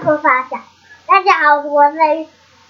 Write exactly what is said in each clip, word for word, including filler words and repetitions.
和发小。大家好，我是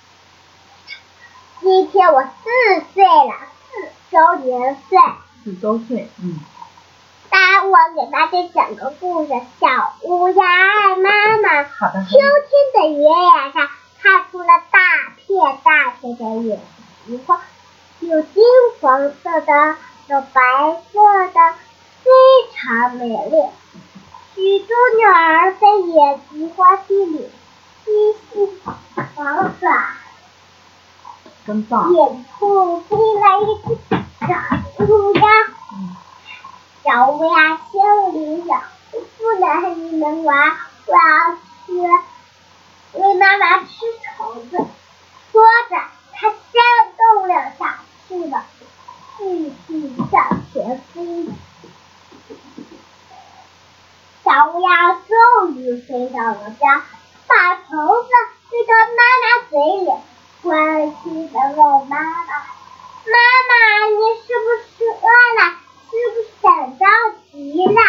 今天我四岁了，四周年岁。 四周岁，嗯。 大我给大家讲个故事，小乌鸦爱妈妈。 好的。 秋天的原野上开出了大片大片的野菊花，有金黄色的，有白色的，非常美丽。许多鸟儿在野菊花地里嬉戏玩耍。 真棒。 远处飞来一只小乌鸦。 嗯。 小乌鸦心里想，不能和你们玩，我要吃，喂妈妈吃虫子。说着，它扇动两下翅膀，继续向前飞。小乌鸦终于飞到了家，把虫子推到妈妈嘴里，关心地问妈妈：“妈妈，你是不是饿了？是不是等着急了？”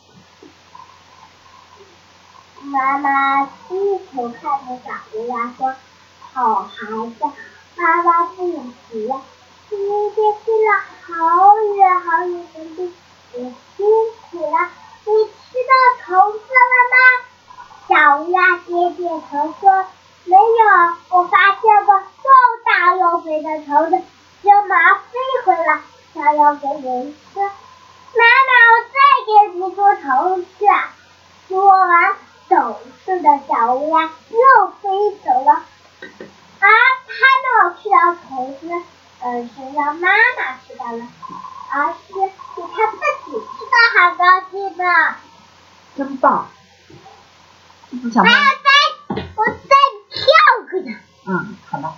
妈妈低头看着小乌鸦说：“好孩子，妈妈不急了。今天飞了好远好远的路，你辛苦了。你吃到虫子了吗？”小乌鸦点点头说：“没有，我发现过又大又肥的虫子，就马上飞回来，想要给人吃。妈妈，我再给你捉虫子。”说完，懂事的小乌鸦又飞走了。而它没有吃到虫子，而是让妈妈吃到了，而是给它自己吃到，好高兴呢。 真棒。不想。 还要再我再跳个呢。 嗯，好的。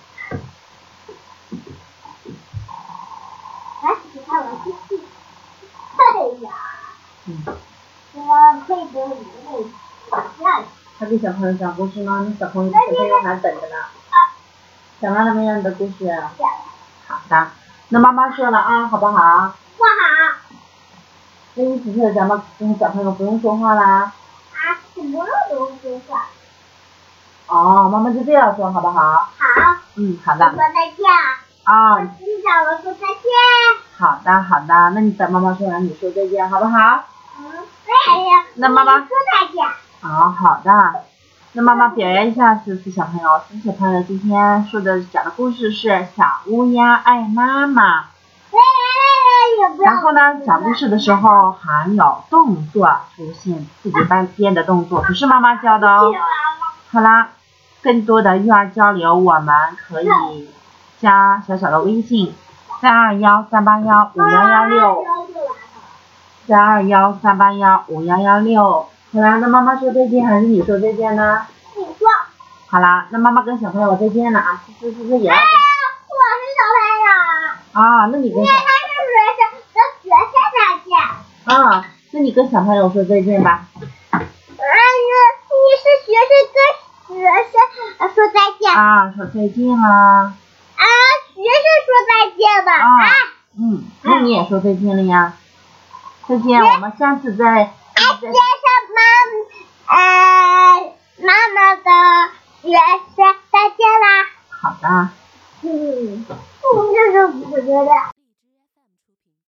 来，你看我继续。哎呀。 嗯。 我会不会累？ 他给小朋友讲故事呢，那小朋友小朋友还等着呢。讲完了没有你的故事？好的，那妈妈说了啊，好不好？ 不好。 那你几岁咱们跟小朋友不用说话啦？ 啊，什么都不用说话。 哦，妈妈就这样说，好不好？ 好。 嗯，好的。 我说再见。 啊。 我听着我说再见。 好的，好的，那你等妈妈说完，你说再见，好不好？ 嗯，对呀。 那妈妈说再见。 哦，好的。那妈妈表扬一下思思小朋友，思思小朋友今天说的讲的故事是小乌鸦爱妈妈。然后呢，讲故事的时候还有动作出现，自己班编的动作，不是妈妈教的哦。好啦，更多的育儿交流，我们可以加小小的微信三二幺三八幺五幺幺六，三二幺三八幺五幺幺六。好啦，那妈妈说再见还是你说再见呢？ 你说。 好啦，那妈妈跟小朋友再见了啊，思思思思也要。 哎呀，我是小朋友。 啊，那你跟。 因为他是学生，跟学生再见。 啊，那你跟小朋友说再见吧。 啊，你你是学生跟学生说再见。 啊，说再见啦。 啊，学生说再见吧。 啊。啊嗯，那你也说再见了呀。再见，我们下次再。 还接上妈呃妈妈的学生再见啦。 好的。 嗯，这是我觉得。